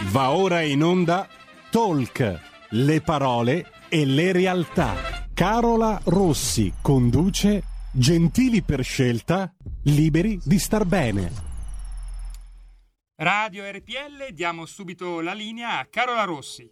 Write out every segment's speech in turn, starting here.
Va ora in onda Talk, le parole e le realtà. Carola Rossi conduce Gentili per scelta, liberi di star bene. Radio RPL, diamo subito la linea a Carola Rossi.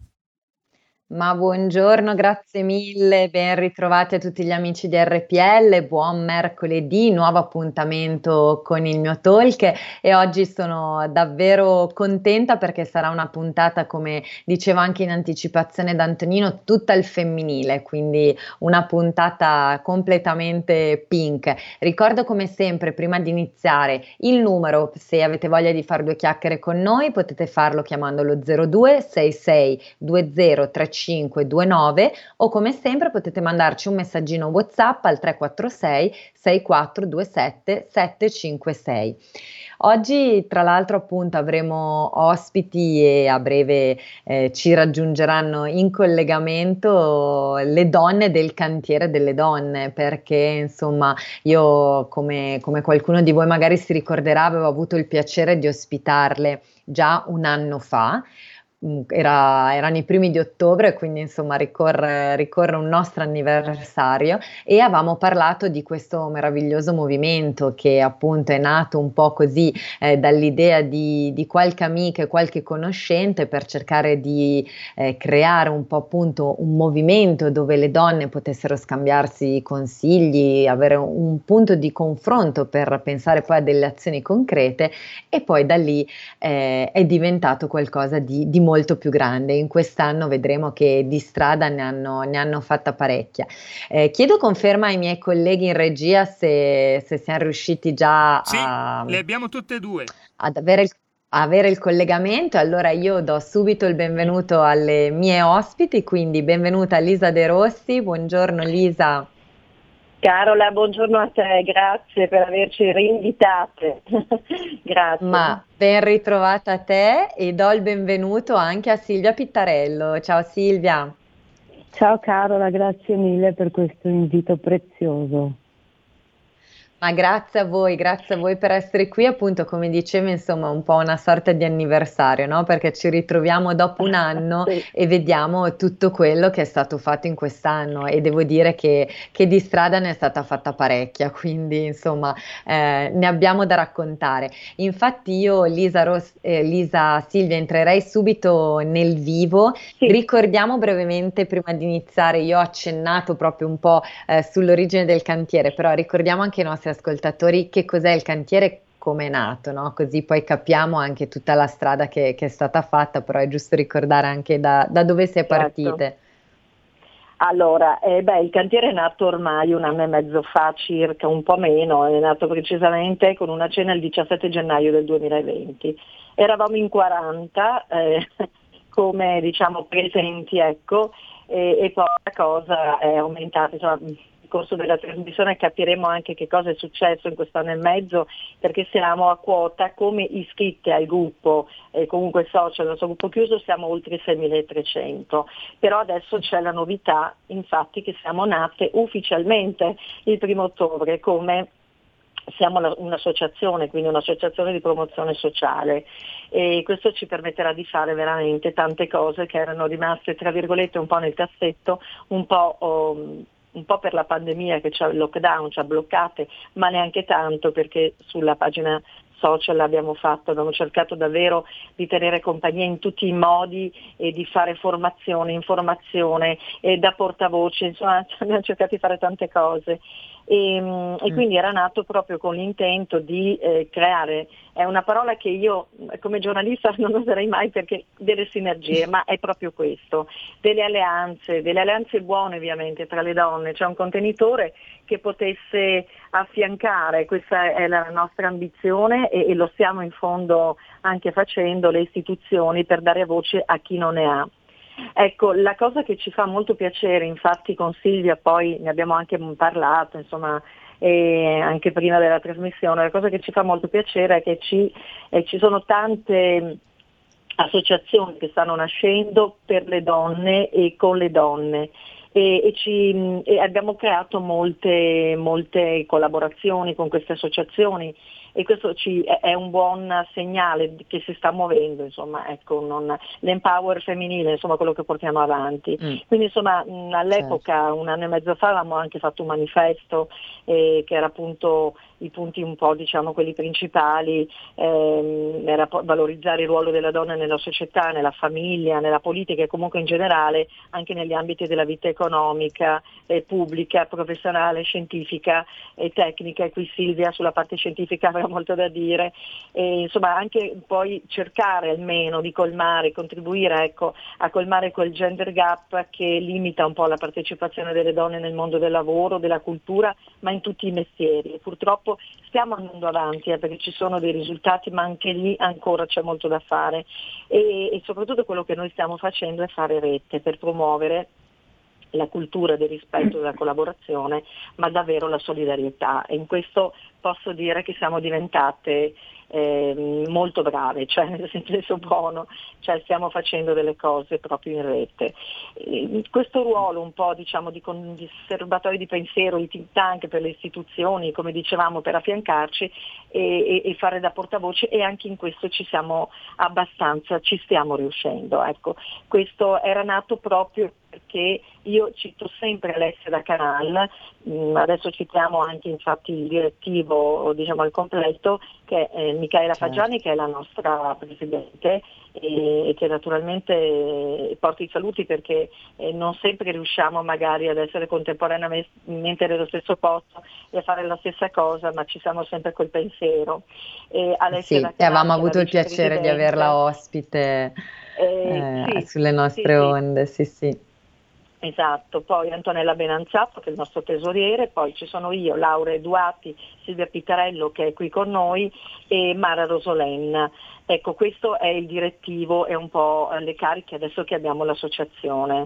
Ma buongiorno, grazie mille, ben ritrovati a tutti gli amici di RPL, buon mercoledì, nuovo appuntamento con il mio talk e oggi sono davvero contenta perché sarà una puntata, come diceva anche in anticipazione da Antonino, tutta al femminile, quindi una puntata completamente pink. Ricordo come sempre, prima di iniziare, il numero, se avete voglia di fare due chiacchiere con noi, potete farlo chiamando lo 02 66 20 35 29 o come sempre potete mandarci un messaggino WhatsApp al 346 6427 756. Oggi tra l'altro appunto avremo ospiti e a breve ci raggiungeranno in collegamento le donne del cantiere delle donne, perché insomma io come qualcuno di voi magari si ricorderà avevo avuto il piacere di ospitarle già un anno fa. Erano i primi di ottobre, quindi insomma ricorre un nostro anniversario e avevamo parlato di questo meraviglioso movimento che appunto è nato un po' così dall'idea di qualche amica e qualche conoscente per cercare di creare un po' appunto un movimento dove le donne potessero scambiarsi consigli, avere un punto di confronto per pensare poi a delle azioni concrete e poi da lì è diventato qualcosa di molto più grande. In quest'anno vedremo che di strada ne hanno fatta parecchia. Chiedo conferma ai miei colleghi in regia se siamo riusciti già sì, le abbiamo tutte e due. Ad avere il collegamento. Allora io do subito il benvenuto alle mie ospiti, quindi benvenuta Lisa De Rossi. Buongiorno Lisa. Carola, buongiorno a te, grazie per averci rinvitate. Grazie. Ma ben ritrovata a te e do il benvenuto anche a Silvia Pittarello. Ciao Silvia. Ciao Carola, grazie mille per questo invito prezioso. Ma grazie a voi per essere qui, appunto come dicevo, insomma un po' una sorta di anniversario, no? Perché ci ritroviamo dopo un anno Sì. e vediamo tutto quello che è stato fatto in quest'anno e devo dire che di strada ne è stata fatta parecchia, quindi insomma ne abbiamo da raccontare. Infatti io, Lisa, Silvia, entrerei subito nel vivo. Sì. Ricordiamo brevemente, prima di iniziare, io ho accennato proprio un po' sull'origine del cantiere, però ricordiamo anche ai nostri ascoltatori che cos'è il cantiere, come è nato, no? Così poi capiamo anche tutta la strada che è stata fatta, però è giusto ricordare anche da dove si è partite. Allora, il cantiere è nato ormai un anno e mezzo fa, circa, un po' meno, è nato precisamente con una cena il 17 gennaio del 2020. Eravamo in 40 come diciamo presenti, ecco, e poi la cosa è aumentata, insomma, nel corso della trasmissione capiremo anche che cosa è successo in quest'anno e mezzo, perché siamo a quota come iscritte al gruppo, comunque social, il nostro gruppo chiuso siamo oltre 6.300, però adesso c'è la novità, infatti, che siamo nate ufficialmente il 1° ottobre come siamo un'associazione, quindi un'associazione di promozione sociale, e questo ci permetterà di fare veramente tante cose che erano rimaste tra virgolette un po' nel cassetto, un po' per la pandemia che c'ha il lockdown, ci ha bloccate, ma neanche tanto, perché sulla pagina social abbiamo cercato davvero di tenere compagnia in tutti i modi e di fare formazione, informazione e da portavoce, insomma abbiamo cercato di fare tante cose. E quindi era nato proprio con l'intento di creare, è una parola che io come giornalista non userei mai perché delle sinergie, ma è proprio questo, delle alleanze buone ovviamente tra le donne, cioè un contenitore che potesse affiancare, questa è la nostra ambizione e lo stiamo in fondo anche facendo, le istituzioni, per dare voce a chi non ne ha. Ecco, la cosa che ci fa molto piacere, infatti con Silvia poi ne abbiamo anche parlato, insomma, anche prima della trasmissione, la cosa che ci fa molto piacere è che ci sono tante associazioni che stanno nascendo per le donne e con le donne. E abbiamo creato molte collaborazioni con queste associazioni e questo è un buon segnale che si sta muovendo, insomma, ecco, l'empower femminile, insomma, quello che portiamo avanti. Quindi insomma all'epoca, certo. un anno e mezzo fa, avevamo anche fatto un manifesto che era appunto i punti un po', diciamo, quelli principali, era valorizzare il ruolo della donna nella società, nella famiglia, nella politica e comunque in generale anche negli ambiti della vita economica, pubblica, professionale, scientifica e tecnica, e qui Silvia sulla parte scientifica avrà molto da dire, e, insomma, anche poi cercare almeno di colmare, contribuire, ecco, a colmare quel gender gap che limita un po' la partecipazione delle donne nel mondo del lavoro, della cultura, ma in tutti i mestieri. E purtroppo stiamo andando avanti perché ci sono dei risultati, ma anche lì ancora c'è molto da fare, e soprattutto quello che noi stiamo facendo è fare rete per promuovere la cultura del rispetto e della collaborazione, ma davvero la solidarietà, e in questo posso dire che siamo diventate molto brave, cioè nel senso buono, cioè stiamo facendo delle cose proprio in rete. Questo ruolo un po', diciamo, di serbatoio di pensiero, i think tank per le istituzioni, come dicevamo, per affiancarci e fare da portavoce, e anche in questo ci stiamo riuscendo. Ecco, questo era nato proprio perché io cito sempre Alessia da Canal, adesso citiamo anche infatti il direttivo, diciamo al completo, che è Micaela Fagiani, che è la nostra presidente, e che naturalmente porto i saluti perché non sempre riusciamo magari ad essere contemporaneamente nello stesso posto e a fare la stessa cosa, ma ci siamo sempre col pensiero. Sì, da e avevamo Canal, che è la avuto il piacere di averla vicepresidente. ospite Sì, sulle sì, nostre sì. onde, sì, sì. Esatto, poi Antonella Benanzatto che è il nostro tesoriere, poi ci sono io, Laura Eduati, Silvia Pittarello che è qui con noi e Mara Rosolen. Ecco, questo è il direttivo e un po' le cariche adesso che abbiamo l'associazione.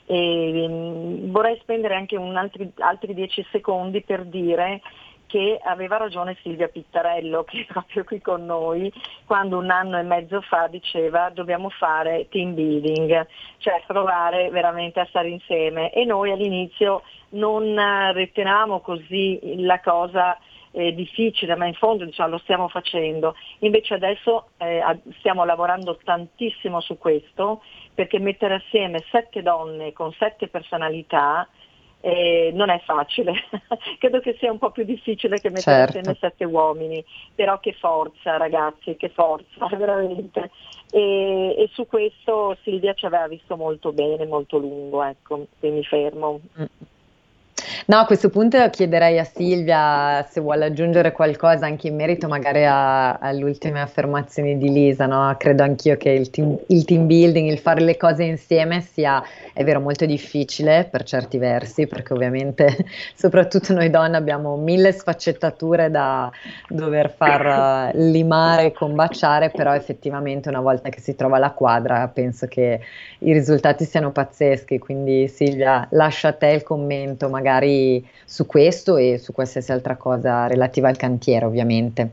Vorrei spendere anche altri 10 secondi per dire che aveva ragione Silvia Pittarello, che è proprio qui con noi, quando un anno e mezzo fa diceva dobbiamo fare team building, cioè provare veramente a stare insieme, e noi all'inizio non ritenevamo così la cosa difficile, ma in fondo, diciamo, lo stiamo facendo. Invece adesso stiamo lavorando tantissimo su questo, perché mettere assieme 7 donne con 7 personalità non è facile, credo che sia un po' più difficile che mettere assieme Certo. 7 uomini, però che forza ragazzi, che forza veramente, e su questo Silvia ci aveva visto molto bene, molto lungo, ecco, quindi fermo. No, a questo punto chiederei a Silvia se vuole aggiungere qualcosa anche in merito magari alle ultime affermazioni di Lisa, no? Credo anch'io che il team building, il fare le cose insieme sia, è vero, molto difficile per certi versi, perché ovviamente soprattutto noi donne abbiamo 1000 sfaccettature da dover far limare e combaciare, però effettivamente una volta che si trova la quadra penso che i risultati siano pazzeschi, quindi Silvia, lascio a te il commento magari su questo e su qualsiasi altra cosa relativa al cantiere, ovviamente.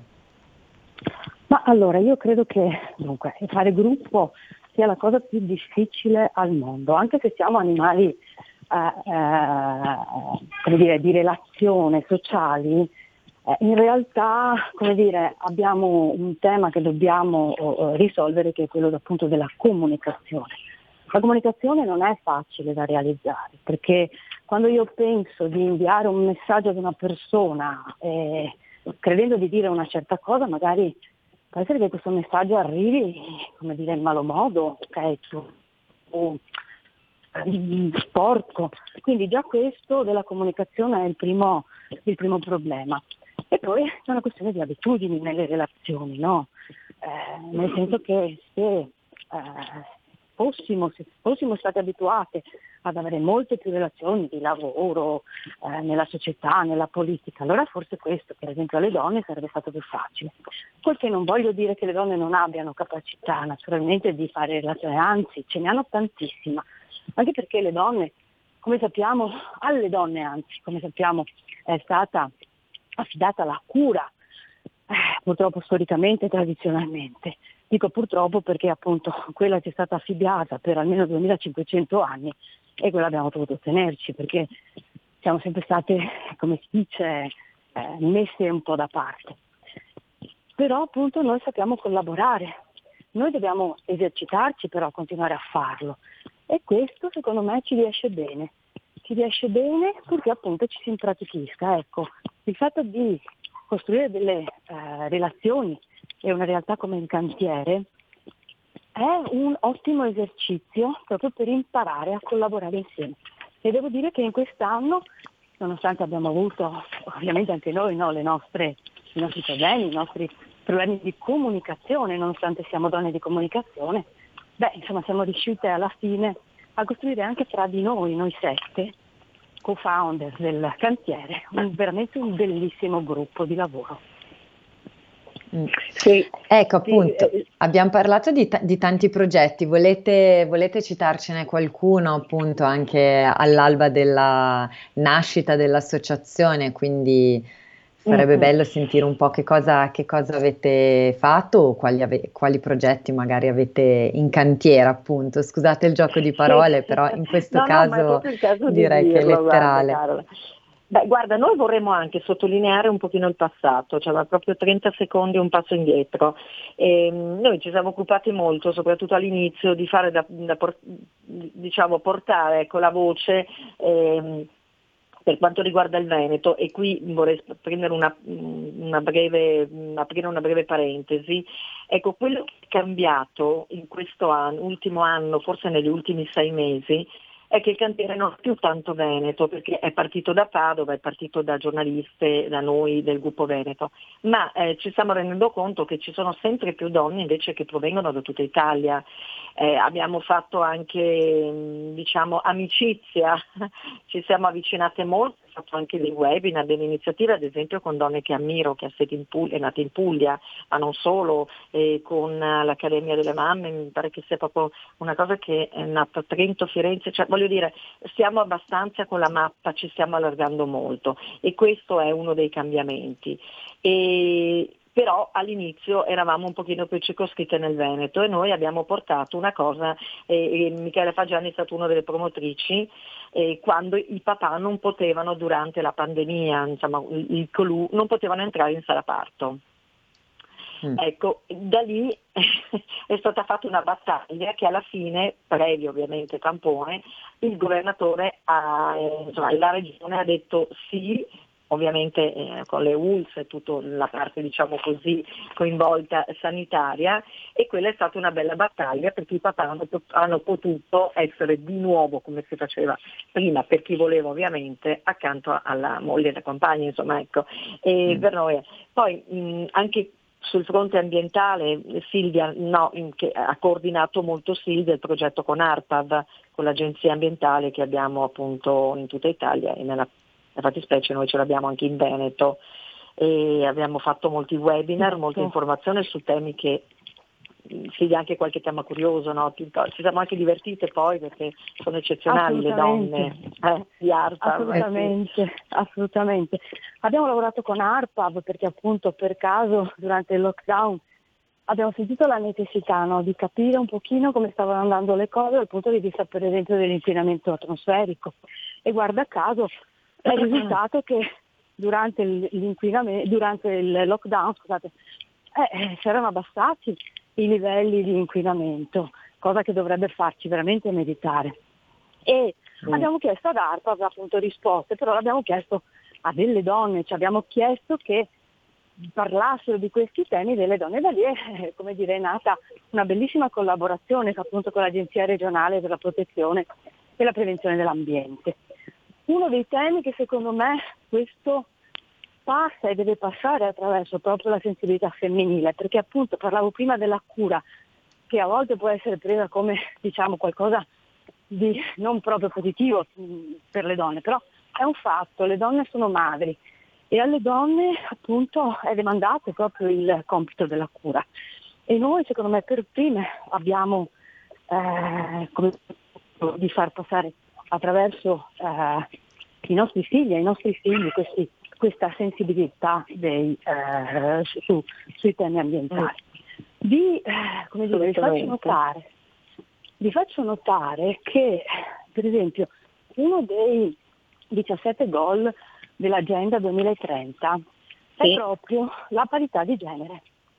Ma allora, io credo che dunque, fare gruppo sia la cosa più difficile al mondo, anche se siamo animali come dire, di relazione sociali. In realtà, come dire, abbiamo un tema che dobbiamo risolvere, che è quello appunto della comunicazione. La comunicazione non è facile da realizzare, perché quando io penso di inviare un messaggio ad una persona credendo di dire una certa cosa, magari può essere che questo messaggio arrivi, come dire, in malo modo, sporco. Quindi già questo della comunicazione è il primo problema. E poi c'è una questione di abitudini nelle relazioni, no? Nel senso che se fossimo state abituate ad avere molte più relazioni di lavoro nella società, nella politica, allora forse questo, per esempio, alle donne sarebbe stato più facile. Quel che non voglio dire che le donne non abbiano capacità naturalmente di fare relazioni, anzi ce ne hanno tantissima, anche perché le donne, come sappiamo, alle donne anzi, come sappiamo, è stata affidata la cura, purtroppo storicamente e tradizionalmente. Dico purtroppo perché appunto quella ci è stata affibbiata per almeno 2500 anni e quella abbiamo dovuto tenerci, perché siamo sempre state, come si dice, messe un po' da parte. però appunto noi sappiamo collaborare, noi dobbiamo esercitarci però continuare a farlo, e questo secondo me ci riesce bene perché appunto ci si impratichisca. Ecco, il fatto di costruire delle relazioni e una realtà come il cantiere è un ottimo esercizio proprio per imparare a collaborare insieme. E devo dire che in quest'anno, nonostante abbiamo avuto ovviamente anche noi, no, i nostri problemi, i nostri problemi di comunicazione, nonostante siamo donne di comunicazione, siamo riuscite alla fine a costruire anche tra di noi 7 co-founder del cantiere, veramente un bellissimo gruppo di lavoro. Sì, ecco, appunto, abbiamo parlato di tanti progetti, volete citarcene qualcuno, appunto, anche all'alba della nascita dell'associazione, quindi sarebbe bello sentire un po' che cosa avete fatto o quali progetti magari avete in cantiere, appunto. Scusate il gioco di parole, però in questo ma è proprio il caso direi che è letterale. Guarda, guarda, noi vorremmo anche sottolineare un pochino il passato, cioè proprio 30 secondi un passo indietro. Noi ci siamo occupati molto, soprattutto all'inizio, di fare portare, ecco, la voce per quanto riguarda il Veneto, e qui vorrei prendere aprire una breve parentesi. Ecco, quello che è cambiato in questo ultimo anno, forse negli ultimi 6 mesi, è che il cantiere non è più tanto Veneto, perché è partito da Padova, è partito da giornaliste, da noi del gruppo Veneto, ma ci stiamo rendendo conto che ci sono sempre più donne invece che provengono da tutta Italia. Abbiamo fatto anche amicizia, ci siamo avvicinate molto, ho fatto anche dei webinar, delle iniziative, ad esempio con donne che ammiro, che è nata in Puglia, ma non solo, con l'Accademia delle Mamme, mi pare che sia proprio una cosa che è nata a Trento, Firenze, cioè voglio dire, stiamo abbastanza con la mappa, ci stiamo allargando molto, e questo è uno dei cambiamenti. Però all'inizio eravamo un pochino più circoscritte nel Veneto, e noi abbiamo portato una cosa, e Michele Fagiani è stato una delle promotrici, quando i papà non potevano, durante la pandemia, il Colù, non potevano entrare in sala parto. Ecco, da lì è stata fatta una battaglia che alla fine, previo ovviamente tampone, il governatore la regione ha detto sì, ovviamente con le ULS e tutta la parte coinvolta sanitaria, e quella è stata una bella battaglia, perché i papà hanno potuto essere di nuovo, come si faceva prima, per chi voleva ovviamente, accanto alla moglie e alla compagna, ecco. E per noi. Poi anche sul fronte ambientale Silvia, che ha coordinato molto Silvia il progetto con ARPAV, con l'agenzia ambientale che abbiamo appunto in tutta Italia, e nella fattispecie noi ce l'abbiamo anche in Veneto, e abbiamo fatto molti webinar, molta informazione su temi che Silvia, anche qualche tema curioso, no? Ci siamo anche divertite poi, perché sono eccezionali le donne di ARPAV. Assolutamente. Abbiamo lavorato con ARPAV perché appunto per caso durante il lockdown abbiamo sentito la necessità, no, di capire un pochino come stavano andando le cose dal punto di vista per esempio dell'inquinamento atmosferico, e guarda caso è il risultato che durante il lockdown si erano abbassati i livelli di inquinamento, cosa che dovrebbe farci veramente meditare. E abbiamo chiesto ad ARPAV appunto risposte, però l'abbiamo chiesto a delle donne, ci abbiamo chiesto che parlassero di questi temi delle donne. Da lì è nata una bellissima collaborazione appunto con l'Agenzia regionale per la protezione e la prevenzione dell'ambiente. Uno dei temi che secondo me questo passa e deve passare attraverso proprio la sensibilità femminile, perché appunto parlavo prima della cura, che a volte può essere presa come qualcosa di non proprio positivo per le donne, però è un fatto, le donne sono madri e alle donne appunto è demandato proprio il compito della cura, e noi secondo me per prime abbiamo di far passare attraverso i nostri figli questa sensibilità sui temi ambientali. Vi faccio notare che, per esempio, uno dei 17 goal dell'Agenda 2030 è proprio la parità di genere.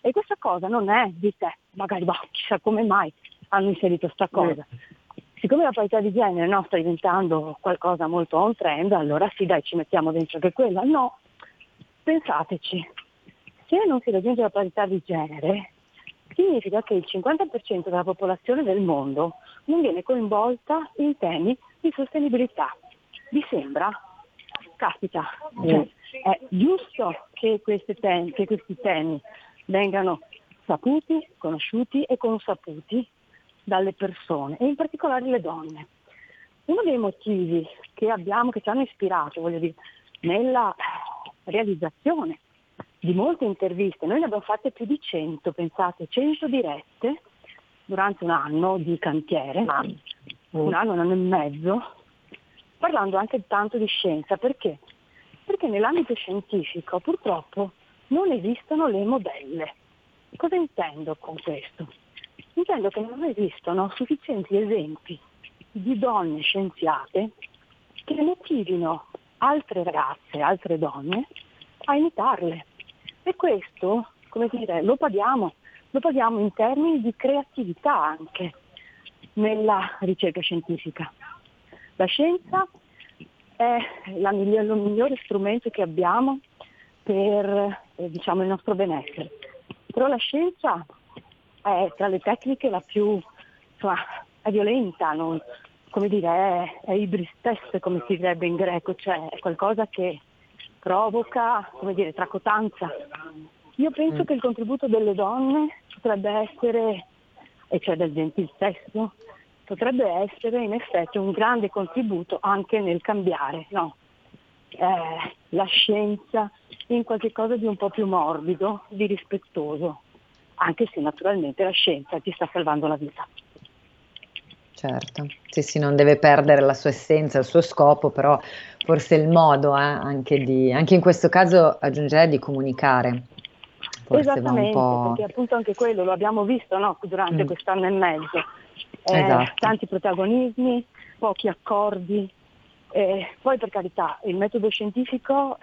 E questa cosa non è di te, magari chissà come mai hanno inserito sta cosa. Siccome la parità di genere sta diventando qualcosa molto on trend, allora sì dai, ci mettiamo dentro anche quella. No, pensateci, se non si raggiunge la parità di genere, significa che il 50% della popolazione del mondo non viene coinvolta in temi di sostenibilità. Vi sembra? Caspita, cioè, è giusto che questi temi vengano saputi, conosciuti e consaputi dalle persone e in particolare le donne. Uno dei motivi che ci hanno ispirato, nella realizzazione di molte interviste, noi ne abbiamo fatte più di 100, pensate, 100 dirette durante un anno di cantiere, un anno e mezzo, parlando anche tanto di scienza. Perché? Perché nell'ambito scientifico purtroppo non esistono le modelle. Cosa intendo con questo? Intendo che non esistono sufficienti esempi di donne scienziate che motivino altre ragazze, altre donne a imitarle. E questo, lo paghiamo in termini di creatività anche nella ricerca scientifica. La scienza è il migliore strumento che abbiamo per il nostro benessere, però la scienza è tra le tecniche la più è violenta, è ibris test, come si direbbe in greco, cioè è qualcosa che provoca tracotanza. Io penso che il contributo delle donne potrebbe essere, e cioè del gentil sesso, potrebbe essere in effetti un grande contributo anche nel cambiare la scienza in qualche cosa di un po' più morbido, di rispettoso, anche se naturalmente la scienza ti sta salvando la vita. Certo, sì, non deve perdere la sua essenza, il suo scopo, però forse il modo anche in questo caso aggiungerei di comunicare. Forse Esattamente, va un po'... perché appunto anche quello lo abbiamo visto durante quest'anno e mezzo. Esatto. Tanti protagonismi, pochi accordi. Poi per carità, il metodo scientifico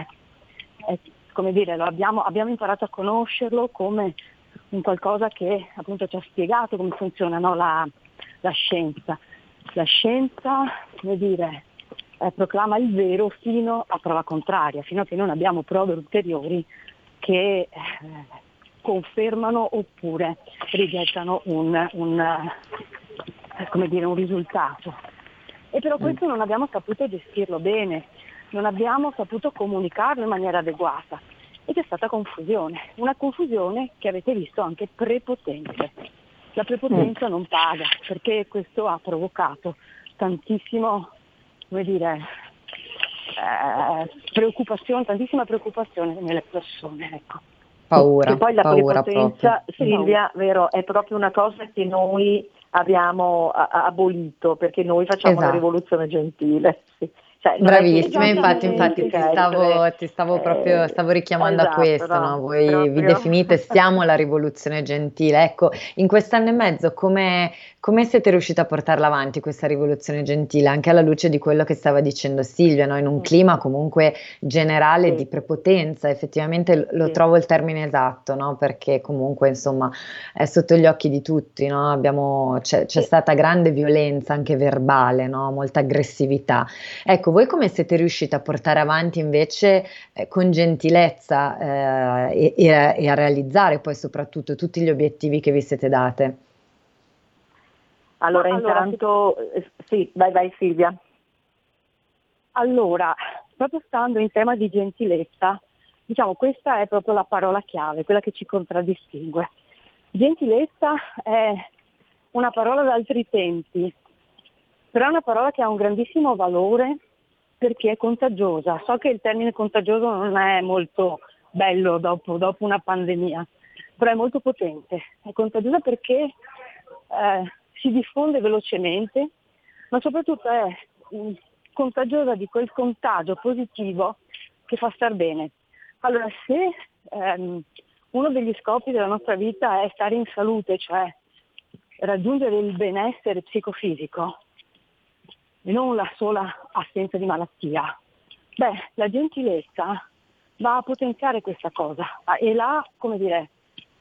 abbiamo imparato a conoscerlo come un qualcosa che appunto ci ha spiegato come funziona la scienza. La scienza, proclama il vero fino a prova contraria, fino a che non abbiamo prove ulteriori che confermano oppure rigettano un risultato. E però questo non abbiamo saputo gestirlo bene, non abbiamo saputo comunicarlo in maniera adeguata e c'è stata confusione, una confusione che avete visto anche prepotente. La prepotenza non paga, perché questo ha provocato tantissimo, tantissima preoccupazione nelle persone, ecco. Paura, E poi la paura prepotenza, proprio. Silvia, vero, è proprio una cosa che noi abbiamo abolito, perché noi facciamo la Esatto. rivoluzione gentile. Sì. Cioè, Bravissima, infatti ti stavo richiamando a questo, no? Voi proprio... vi definite siamo la rivoluzione gentile. Ecco, in quest'anno e mezzo come siete riusciti a portarla avanti questa rivoluzione gentile, anche alla luce di quello che stava dicendo Silvia, no? In un clima comunque generale di prepotenza, effettivamente lo trovo il termine esatto, no? Perché comunque insomma è sotto gli occhi di tutti, no? C'è stata grande violenza anche verbale, no? Molta aggressività. Ecco, voi come siete riusciti a portare avanti invece con gentilezza e a realizzare poi soprattutto tutti gli obiettivi che vi siete date? Allora intanto, sì, vai Silvia. Allora, proprio stando in tema di gentilezza, questa è proprio la parola chiave, quella che ci contraddistingue. Gentilezza è una parola d'altri tempi, però è una parola che ha un grandissimo valore perché è contagiosa. So che il termine contagioso non è molto bello dopo una pandemia, però è molto potente. È contagiosa perché si diffonde velocemente, ma soprattutto è contagiosa di quel contagio positivo che fa star bene. Allora, se uno degli scopi della nostra vita è stare in salute, cioè raggiungere il benessere psicofisico, e non la sola assenza di malattia, la gentilezza va a potenziare questa cosa e la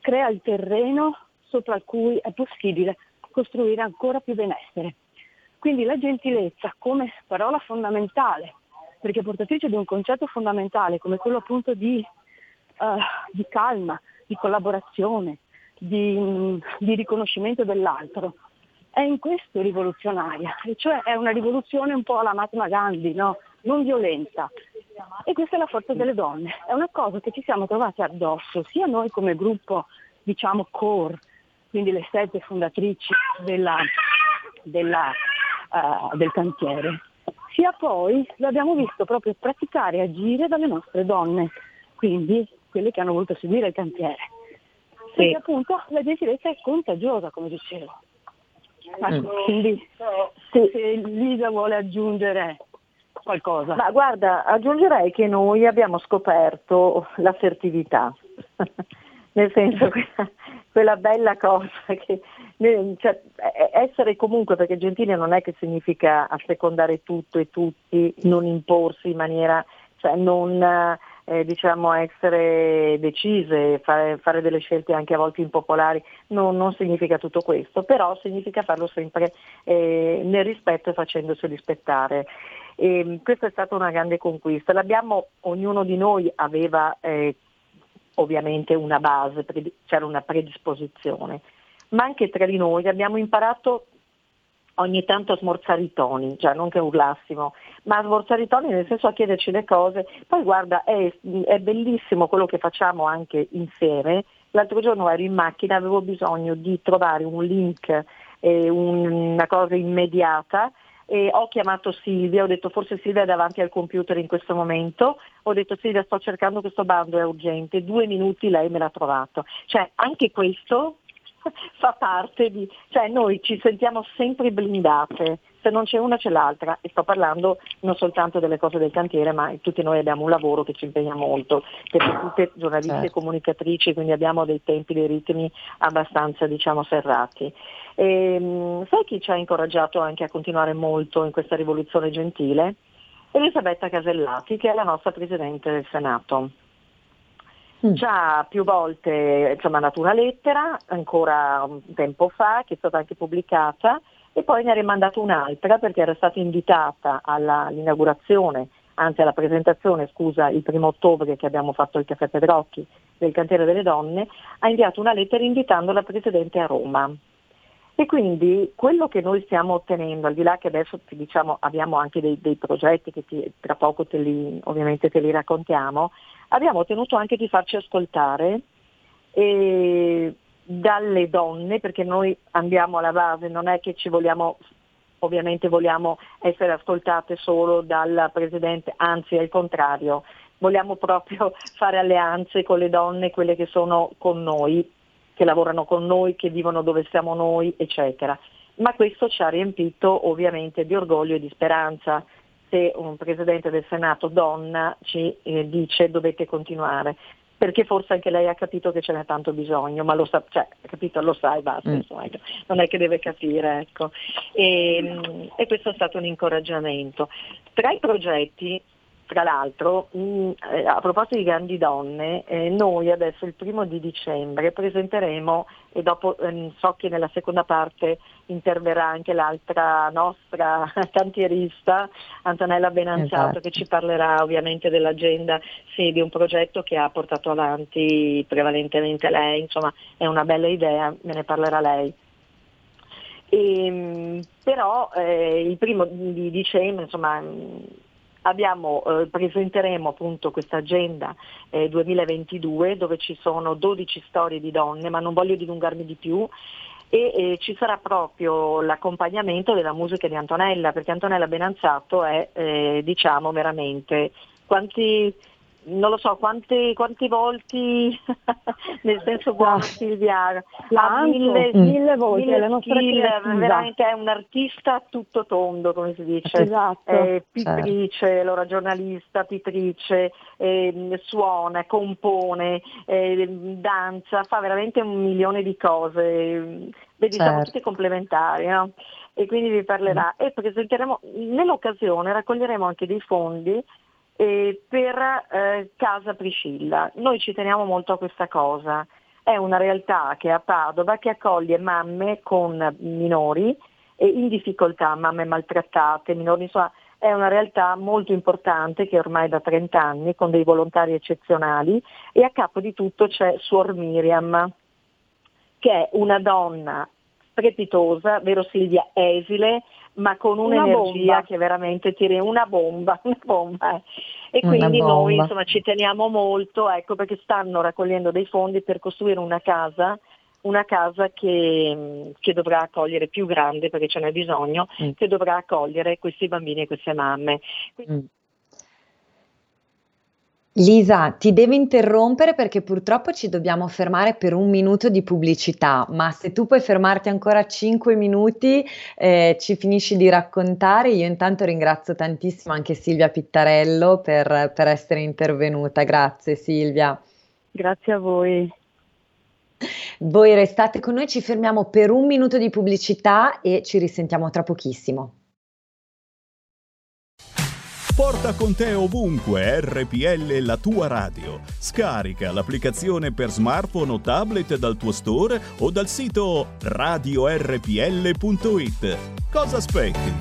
crea il terreno sopra cui è possibile costruire ancora più benessere. Quindi la gentilezza come parola fondamentale, perché portatrice di un concetto fondamentale come quello appunto di calma, di collaborazione, di riconoscimento dell'altro, è in questo rivoluzionaria, e cioè è una rivoluzione un po' alla Mahatma Gandhi, no? Non violenta. E questa è la forza delle donne, è una cosa che ci siamo trovate addosso, sia noi come gruppo, diciamo core, quindi le 7 fondatrici del cantiere, sia poi l'abbiamo visto proprio praticare e agire dalle nostre donne, quindi quelle che hanno voluto seguire il cantiere. Sì. Perché appunto la gentilezza è contagiosa, come dicevo. Quindi se Lisa vuole aggiungere qualcosa. Ma guarda, aggiungerei che noi abbiamo scoperto l'assertività, nel senso quella bella cosa che cioè, essere comunque, perché gentile non è che significa assecondare tutto e tutti, non imporsi in maniera, cioè non diciamo essere decise, fare delle scelte anche a volte impopolari, non significa tutto questo, però significa farlo sempre nel rispetto e facendosi rispettare. E questa è stata una grande conquista. Ognuno di noi aveva ovviamente una base, c'era una predisposizione, ma anche tra di noi abbiamo imparato ogni tanto a smorzare i toni, cioè non che urlassimo, ma a smorzare i toni nel senso a chiederci le cose. Poi guarda, è bellissimo quello che facciamo anche insieme. L'altro giorno ero in macchina, avevo bisogno di trovare un link, una cosa immediata, e ho chiamato Silvia, ho detto forse Silvia è davanti al computer in questo momento, ho detto Silvia sto cercando questo bando, è urgente, 2 minuti lei me l'ha trovato. Cioè anche questo fa parte cioè noi ci sentiamo sempre blindate, se non c'è una c'è l'altra, e sto parlando non soltanto delle cose del cantiere, ma tutti noi abbiamo un lavoro che ci impegna molto, perché tutte giornaliste e comunicatrici, quindi abbiamo dei tempi, dei ritmi abbastanza diciamo serrati. Sai chi ci ha incoraggiato anche a continuare molto in questa rivoluzione gentile? Elisabetta Casellati, che è la nostra Presidente del Senato. Ci ha più volte mandato una lettera, ancora un tempo fa, che è stata anche pubblicata, e poi ne ha rimandato un'altra perché era stata invitata all'inaugurazione, anzi alla presentazione, il 1° ottobre che abbiamo fatto il Caffè Pedrocchi del Cantiere delle Donne, ha inviato una lettera invitando la Presidente a Roma. E quindi quello che noi stiamo ottenendo, al di là che adesso abbiamo anche dei progetti che tra poco ovviamente te li raccontiamo, abbiamo ottenuto anche di farci ascoltare dalle donne, perché noi andiamo alla base, non è che vogliamo essere ascoltate solo dal Presidente, anzi è il contrario, vogliamo proprio fare alleanze con le donne, quelle che sono con noi, che lavorano con noi, che vivono dove siamo noi, eccetera. Ma questo ci ha riempito ovviamente di orgoglio e di speranza. Se un Presidente del Senato donna ci dice dovete continuare, perché forse anche lei ha capito che ce n'è tanto bisogno, ma lo sa, lo sai, basta, insomma, non è che deve capire, ecco. E questo è stato un incoraggiamento. Tra i progetti, tra l'altro, a proposito di grandi donne, noi adesso il 1° di dicembre presenteremo, e dopo so che nella seconda parte interverrà anche l'altra nostra cantierista, Antonella Benanciato, che ci parlerà ovviamente dell'agenda, di un progetto che ha portato avanti prevalentemente lei, insomma è una bella idea, me ne parlerà lei. Però il 1° di dicembre, presenteremo appunto questa agenda 2022 dove ci sono 12 storie di donne, ma non voglio dilungarmi di più, e ci sarà proprio l'accompagnamento della musica di Antonella, perché Antonella Benanzato è veramente non lo so quanti volti nel senso buono Silvia, ha mille volte, la nostra veramente è un artista a tutto tondo, come si dice, pittrice, allora giornalista, pittrice, suona, compone, danza, fa veramente 1.000.000 di cose, vedi, siamo tutti complementari, no? E quindi vi parlerà, e presenteremo, nell'occasione raccoglieremo anche dei fondi per Casa Priscilla. Noi ci teniamo molto a questa cosa, è una realtà che è a Padova, che accoglie mamme con minori e in difficoltà, mamme maltrattate, minori, insomma è una realtà molto importante che ormai da 30 anni con dei volontari eccezionali, e a capo di tutto c'è Suor Miriam, che è una donna strepitosa, vero Silvia, esile, ma con un'energia che veramente tira una bomba. E quindi noi insomma ci teniamo molto, ecco, perché stanno raccogliendo dei fondi per costruire una casa che dovrà accogliere, più grande perché ce n'è bisogno, che dovrà accogliere questi bambini e queste mamme. Quindi... Lisa, ti devo interrompere perché purtroppo ci dobbiamo fermare per 1 minuto di pubblicità, ma se tu puoi fermarti ancora 5 minuti, ci finisci di raccontare. Io intanto ringrazio tantissimo anche Silvia Pittarello per essere intervenuta. Grazie Silvia. Grazie a voi. Voi restate con noi, ci fermiamo per 1 minuto di pubblicità e ci risentiamo tra pochissimo. Porta con te ovunque RPL, la tua radio. Scarica l'applicazione per smartphone o tablet dal tuo store o dal sito radiorpl.it. Cosa aspetti?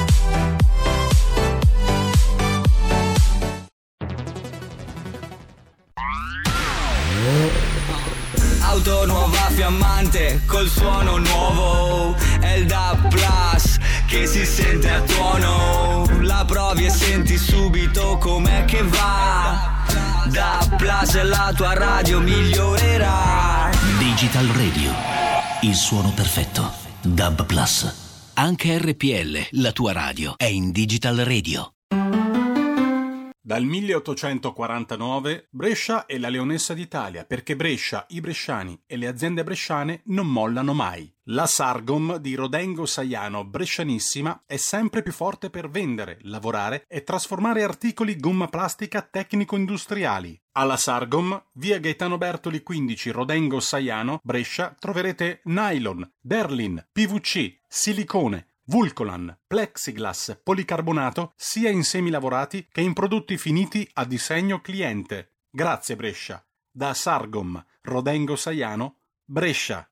Auto nuova fiammante col suono nuovo, è il DAB Plus che si sente a tuono. La provi e senti subito com'è che va. DAB Plus, la tua radio migliorerà. Digital Radio, il suono perfetto. DAB Plus. Anche RPL, la tua radio, è in Digital Radio. Dal 1849 Brescia è la leonessa d'Italia, perché Brescia, i bresciani e le aziende bresciane non mollano mai. La Sargom di Rodengo Saiano Brescianissima è sempre più forte per vendere, lavorare e trasformare articoli gomma plastica tecnico-industriali. Alla Sargom, via Gaetano Bertoli 15 Rodengo Saiano, Brescia, troverete nylon, derlin, PVC, silicone, Vulcolan, plexiglass, policarbonato, sia in semi lavorati che in prodotti finiti a disegno cliente. Grazie Brescia. Da Sargom, Rodengo Saiano, Brescia.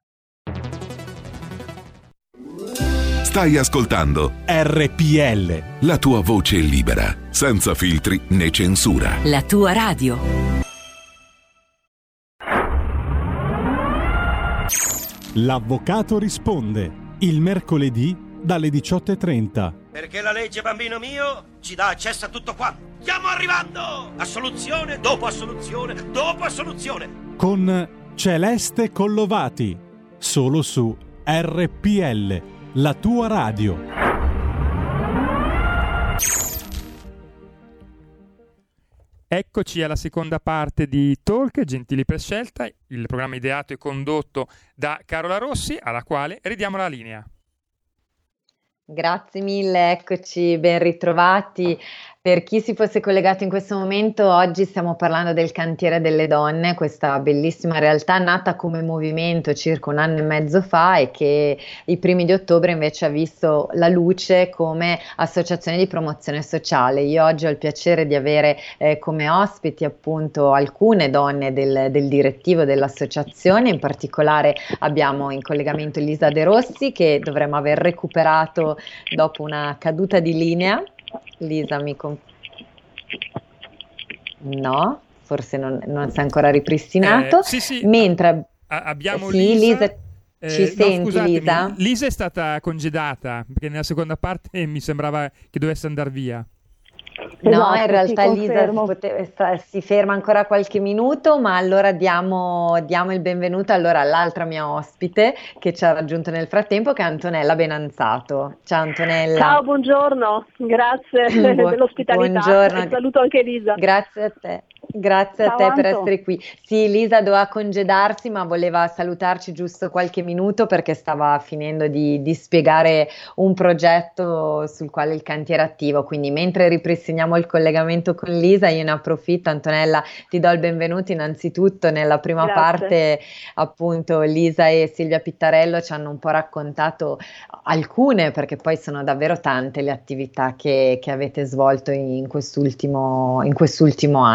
Stai ascoltando RPL. La tua voce libera, senza filtri né censura. La tua radio. L'avvocato risponde. Il mercoledì dalle 18:30. Perché la legge, bambino mio, ci dà accesso a tutto quanto. Stiamo arrivando! Assoluzione dopo assoluzione dopo assoluzione. Con Celeste Collovati. Solo su RPL, la tua radio. Eccoci alla seconda parte di Talk, Gentili per scelta, il programma ideato e condotto da Carola Rossi, alla quale ridiamo la linea. Grazie mille, eccoci, ben ritrovati. Per chi si fosse collegato in questo momento, oggi stiamo parlando del Cantiere delle Donne, questa bellissima realtà nata come movimento circa 1 anno e mezzo fa e che i primi di ottobre invece ha visto la luce come associazione di promozione sociale. Io oggi ho il piacere di avere come ospiti appunto alcune donne del direttivo dell'associazione, in particolare abbiamo in collegamento Lisa De Rossi, che dovremmo aver recuperato dopo una caduta di linea. Lisa no, forse non si è ancora ripristinato. Sì. Mentre abbiamo sì, Lisa ci senti, scusatemi, Lisa? Lisa è stata congedata perché nella seconda parte mi sembrava che dovesse andare via. No, in realtà Lisa si ferma ancora qualche minuto, ma allora diamo il benvenuto all'altra mia ospite che ci ha raggiunto nel frattempo, che è Antonella Benanzato. Ciao Antonella. Ciao, buongiorno, grazie dell'ospitalità. Buongiorno. E saluto anche Lisa. Grazie a te. Grazie a te per essere qui. Sì, Lisa doveva congedarsi, ma voleva salutarci giusto qualche minuto perché stava finendo di spiegare un progetto sul quale il cantiere è attivo. Quindi mentre ripristiniamo il collegamento con Lisa, io ne approfitto. Antonella, ti do il benvenuto innanzitutto. Nella prima parte appunto Lisa e Silvia Pittarello ci hanno un po' raccontato alcune, perché poi sono davvero tante le attività che avete svolto in quest'ultimo anno.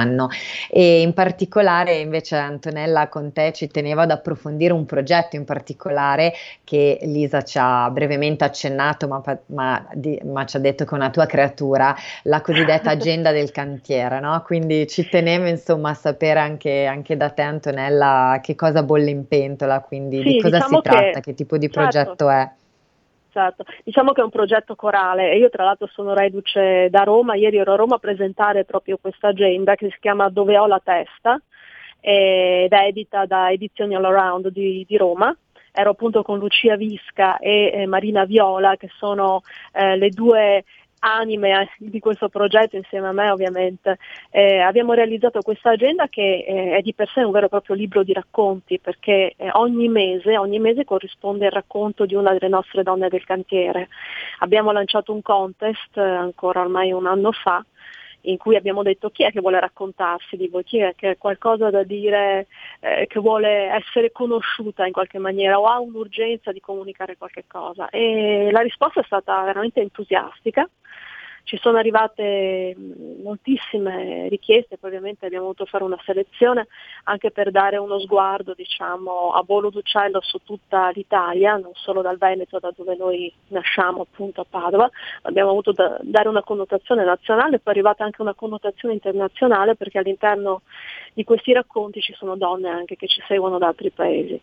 E in particolare invece Antonella con te ci tenevo ad approfondire un progetto in particolare che Lisa ci ha brevemente accennato, ma ci ha detto che è una tua creatura, la cosiddetta agenda del cantiere, no? Quindi ci tenevo insomma a sapere anche da te Antonella che cosa bolle in pentola, quindi Sì, di cosa diciamo si tratta, che, che tipo di certo, progetto è. Certo, diciamo che è un progetto corale e io tra l'altro sono reduce da Roma, ieri ero a Roma a presentare proprio questa agenda che si chiama Dove ho la testa ed è edita da Edizioni All Around di Roma. Ero appunto con Lucia Visca e Marina Viola che sono le due anime di questo progetto insieme a me ovviamente. Abbiamo realizzato questa agenda che è di per sé un vero e proprio libro di racconti perché ogni mese corrisponde il racconto di una delle nostre donne del cantiere. Abbiamo lanciato un contest ancora ormai un anno fa in cui abbiamo detto chi è che vuole raccontarsi di voi, chi è che ha qualcosa da dire, che vuole essere conosciuta in qualche maniera o ha un'urgenza di comunicare qualche cosa. E la risposta è stata veramente entusiastica. Ci sono arrivate moltissime richieste, poi ovviamente abbiamo dovuto fare una selezione anche per dare uno sguardo, diciamo, a volo d'uccello su tutta l'Italia, non solo dal Veneto, da dove noi nasciamo, appunto a Padova. Abbiamo avuto da dare una connotazione nazionale, poi è arrivata anche una connotazione internazionale perché all'interno di questi racconti ci sono donne anche che ci seguono da altri paesi.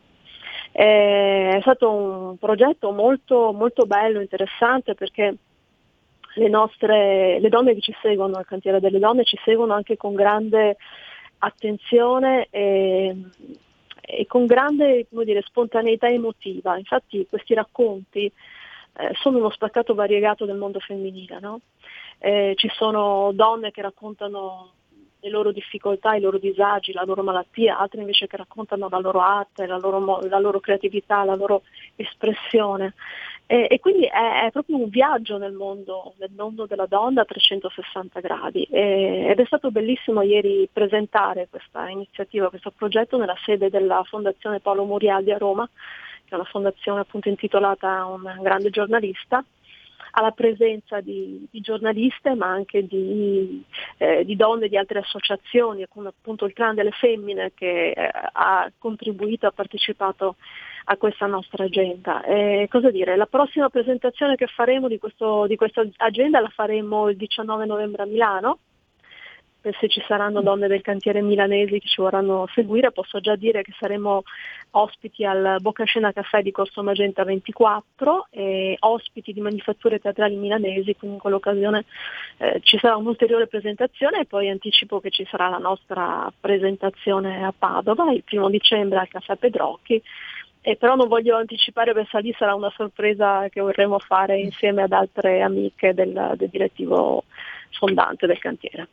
È stato un progetto molto, molto bello, interessante perché le donne che ci seguono al Cantiere delle Donne ci seguono anche con grande attenzione e con grande, come dire, spontaneità emotiva. Infatti questi racconti sono uno spaccato variegato del mondo femminile, no? Ci sono donne che raccontano le loro difficoltà, i loro disagi, la loro malattia, altre invece che raccontano la loro arte, la loro creatività, la loro espressione. E quindi è proprio un viaggio nel mondo della donna a 360 gradi ed è stato bellissimo ieri presentare questa iniziativa, questo progetto nella sede della Fondazione Paolo Murialdi a Roma, che è una fondazione appunto intitolata a un grande giornalista, alla presenza di giornaliste ma anche di donne di altre associazioni, come appunto il Clan delle Femmine che ha contribuito, ha partecipato a questa nostra agenda. Cosa dire? La prossima presentazione che faremo di questa agenda la faremo il 19 novembre a Milano. Se ci saranno donne del cantiere milanesi che ci vorranno seguire, posso già dire che saremo ospiti al Boccascena Caffè di Corso Magenta 24 e ospiti di manifatture teatrali milanesi, quindi in quell'occasione ci sarà un'ulteriore presentazione e poi anticipo che ci sarà la nostra presentazione a Padova il 1 dicembre al Caffè Pedrocchi. Però non voglio anticipare perché lì sarà una sorpresa che vorremmo fare insieme ad altre amiche del direttivo fondante del cantiere.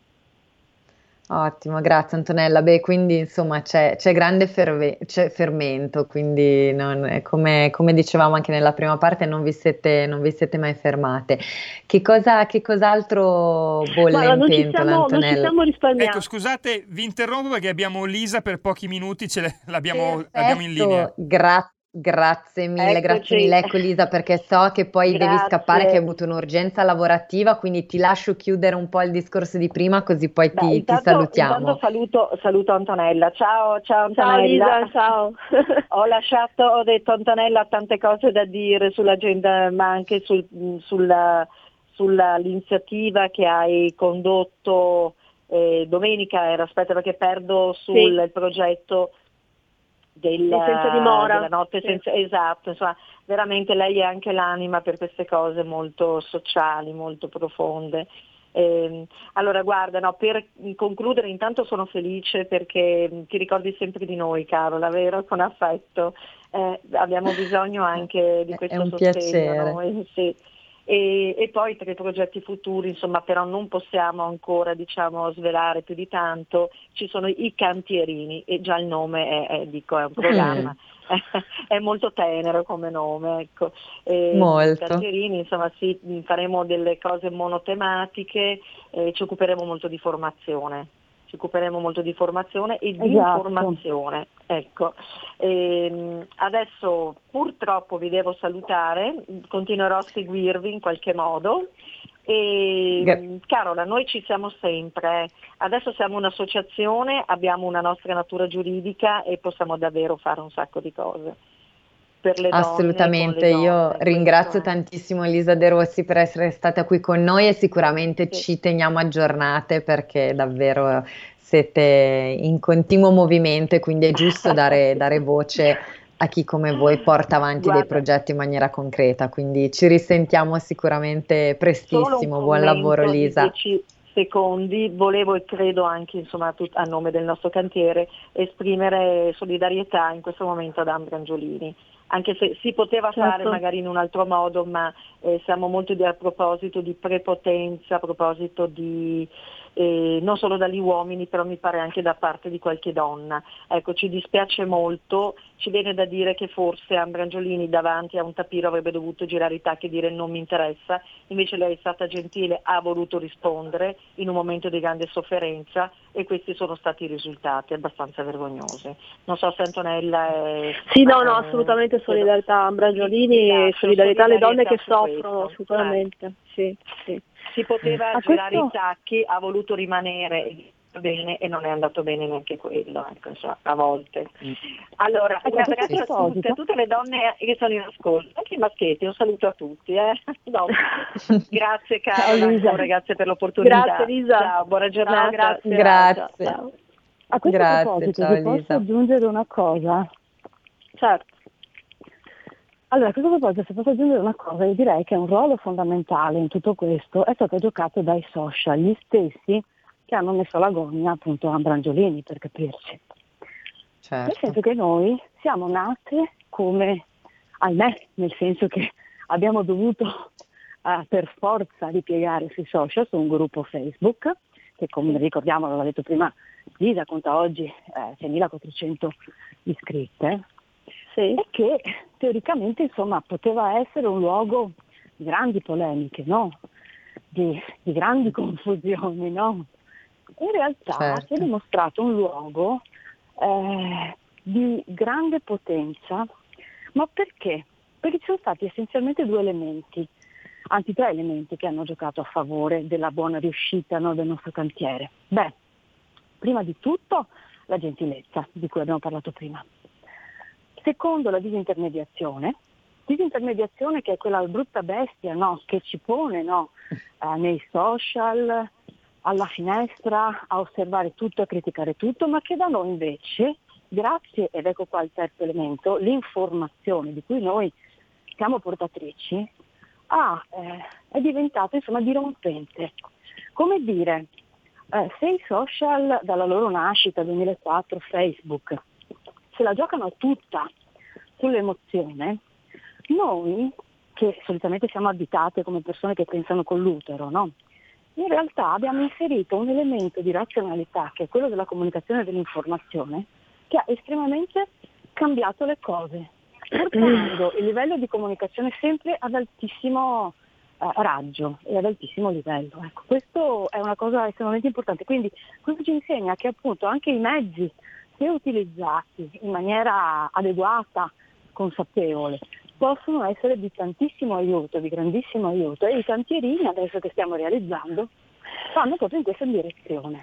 Ottimo, grazie Antonella. Beh, quindi insomma c'è grande fermento, quindi come dicevamo anche nella prima parte non vi siete mai fermate. Che cos'altro bolle in pentola, Antonella? Non ci stiamo risparmiando. Ecco, scusate, vi interrompo perché abbiamo Lisa per pochi minuti, l'abbiamo in linea. Grazie mille, ecco Lisa, perché so che poi devi scappare, che hai avuto un'urgenza lavorativa, quindi ti lascio chiudere un po' il discorso di prima, così poi ti salutiamo. Intanto saluto Antonella. Ciao Antonella. Ciao Lisa, ciao. Ho detto Antonella ha tante cose da dire sull'agenda, ma anche sull'iniziativa che hai condotto domenica, perché perdo sul progetto senza dimora. Della notte senza, esatto, insomma, veramente lei è anche l'anima per queste cose molto sociali, molto profonde. Allora guarda, per concludere intanto sono felice perché ti ricordi sempre di noi Carola, vero? Con affetto, abbiamo bisogno anche di questo sostegno. Piacere. Noi, sì. E poi per i progetti futuri, insomma, però non possiamo ancora svelare più di tanto. Ci sono i cantierini e già il nome è un programma, è molto tenero come nome, ecco. Molto. I cantierini, insomma, sì, faremo delle cose monotematiche, ci occuperemo molto di formazione. E di informazione, ecco. Adesso purtroppo vi devo salutare, continuerò a seguirvi in qualche modo E Carola, noi ci siamo sempre, adesso siamo un'associazione, abbiamo una nostra natura giuridica e possiamo davvero fare un sacco di cose per le donne. Assolutamente, con le io donne, ringrazio questo è. tantissimo Elisa De Rossi per essere stata qui con noi e sicuramente ci teniamo aggiornate perché davvero siete in continuo movimento e quindi è giusto dare voce a chi come voi porta avanti dei progetti in maniera concreta, quindi ci risentiamo sicuramente prestissimo. Solo un Buon lavoro commento di Lisa. 10 secondi, volevo e credo anche insomma a nome del nostro cantiere esprimere solidarietà in questo momento ad Ambra Angiolini, anche se si poteva fare magari in un altro modo, ma siamo molto a proposito di prepotenza, a proposito di non solo dagli uomini, però mi pare anche da parte di qualche donna. Ecco, ci dispiace molto, ci viene da dire che forse Ambra Angiolini davanti a un tapiro avrebbe dovuto girare i tacchi e dire non mi interessa, invece lei è stata gentile, ha voluto rispondere in un momento di grande sofferenza e questi sono stati i risultati abbastanza vergognosi. Non so se Antonella è... Sì, no, assolutamente solidarietà a Ambra Angiolini e solidarietà alle donne che soffrono, assolutamente, sì. Si poteva girare i tacchi, ha voluto rimanere bene e non è andato bene neanche quello, ecco, insomma, a volte. Allora, un abbraccio a tutte le donne che sono in ascolto, anche i maschietti, un saluto a tutti. No. Grazie Carola, grazie per l'opportunità. Grazie Lisa. Ciao, buona giornata. Grazie. Ciao. A questo proposito, ciao, vi posso Lisa. aggiungere una cosa? Certo. Allora, a questo proposito, se posso aggiungere una cosa, io direi che un ruolo fondamentale in tutto questo è stato giocato dai social, gli stessi che hanno messo alla gogna appunto Ambra Angiolini, per capirci. Certo. Nel senso che noi siamo nate come, ahimè, nel senso che abbiamo dovuto per forza ripiegare sui social, su un gruppo Facebook, che come ricordiamo, l'ho detto prima, Lisa conta oggi 6.400 iscritte, e che teoricamente insomma poteva essere un luogo di grandi polemiche, no? Di grandi confusioni, no? In realtà si è dimostrato un luogo di grande potenza, ma perché? Perché ci sono stati essenzialmente due elementi, anzi 3 elementi che hanno giocato a favore della buona riuscita, no, del nostro cantiere. Beh, prima di tutto la gentilezza, di cui abbiamo parlato prima. Secondo, la disintermediazione che è quella brutta bestia, no, che ci pone, no, nei social, alla finestra, a osservare tutto, a criticare tutto, ma che da noi invece, grazie, ed ecco qua il terzo elemento, l'informazione di cui noi siamo portatrici, è diventato insomma dirompente. Come dire, se i social dalla loro nascita, 2004, Facebook, se la giocano tutta sull'emozione, noi, che solitamente siamo additate come persone che pensano con l'utero, no? In realtà abbiamo inserito un elemento di razionalità, che è quello della comunicazione e dell'informazione, che ha estremamente cambiato le cose, portando il livello di comunicazione sempre ad altissimo raggio e ad altissimo livello. Ecco, questo è una cosa estremamente importante. Quindi questo ci insegna che appunto anche i mezzi, se utilizzati in maniera adeguata, consapevole, possono essere di tantissimo aiuto, di grandissimo aiuto, e i cantierini adesso che stiamo realizzando vanno proprio in questa direzione.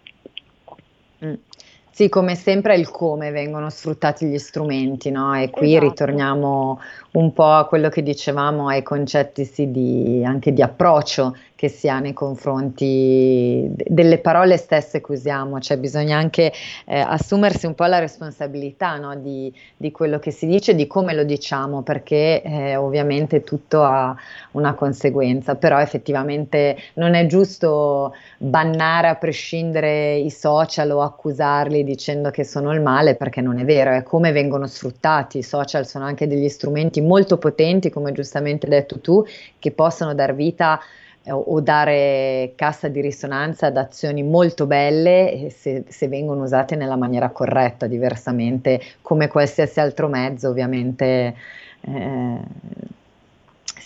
Sì, come sempre è il come vengono sfruttati gli strumenti, no? E qui ritorniamo un po' a quello che dicevamo, ai concetti anche di approccio che si ha nei confronti delle parole stesse che usiamo, cioè bisogna anche assumersi un po' la responsabilità, no? di quello che si dice, di come lo diciamo, perché ovviamente tutto ha una conseguenza, però effettivamente non è giusto bannare a prescindere i social o accusarli dicendo che sono il male, perché non è vero, è come vengono sfruttati. I social sono anche degli strumenti molto potenti, come giustamente hai detto tu, che possono dar vita o dare cassa di risonanza ad azioni molto belle se vengono usate nella maniera corretta. Diversamente, come qualsiasi altro mezzo, ovviamente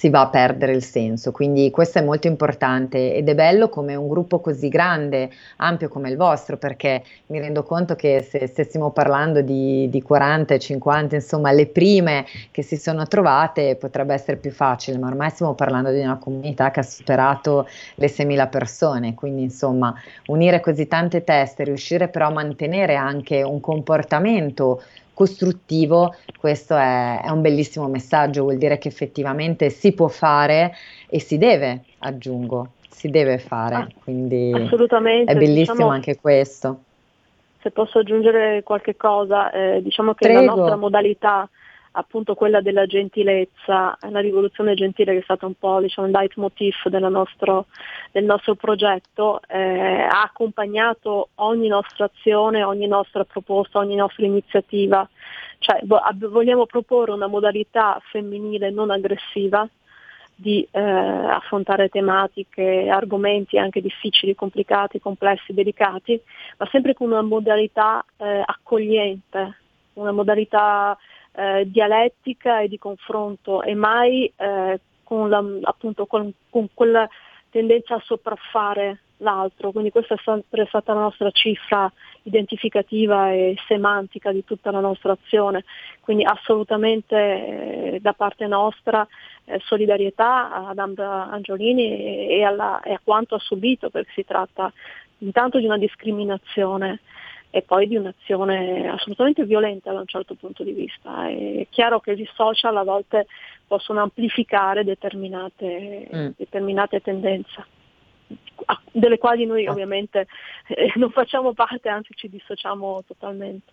si va a perdere il senso, quindi questo è molto importante ed è bello come un gruppo così grande, ampio come il vostro, perché mi rendo conto che se stessimo parlando di 40, 50, insomma le prime che si sono trovate potrebbe essere più facile, ma ormai stiamo parlando di una comunità che ha superato le 6.000 persone, quindi insomma unire così tante teste, riuscire però a mantenere anche un comportamento costruttivo, questo è un bellissimo messaggio, vuol dire che effettivamente si può fare e si deve, aggiungo, si deve fare, quindi assolutamente, è bellissimo diciamo, anche questo. se posso aggiungere qualche cosa, diciamo che Prego. la nostra modalità, appunto quella della gentilezza, la rivoluzione gentile che è stata un po', diciamo, il leitmotiv del nostro progetto, ha accompagnato ogni nostra azione, ogni nostra proposta, ogni nostra iniziativa. Cioè, vogliamo proporre una modalità femminile non aggressiva di affrontare tematiche, argomenti anche difficili, complicati, complessi, delicati, ma sempre con una modalità accogliente, una modalità dialettica e di confronto e mai appunto con quella tendenza a sopraffare l'altro, quindi questa è sempre stata la nostra cifra identificativa e semantica di tutta la nostra azione, quindi assolutamente da parte nostra solidarietà ad Ambra Angiolini e a quanto ha subito, perché si tratta intanto di una discriminazione e poi di un'azione assolutamente violenta da un certo punto di vista. È chiaro che i social a volte possono amplificare determinate tendenze, delle quali noi ovviamente non facciamo parte, anzi ci dissociamo totalmente.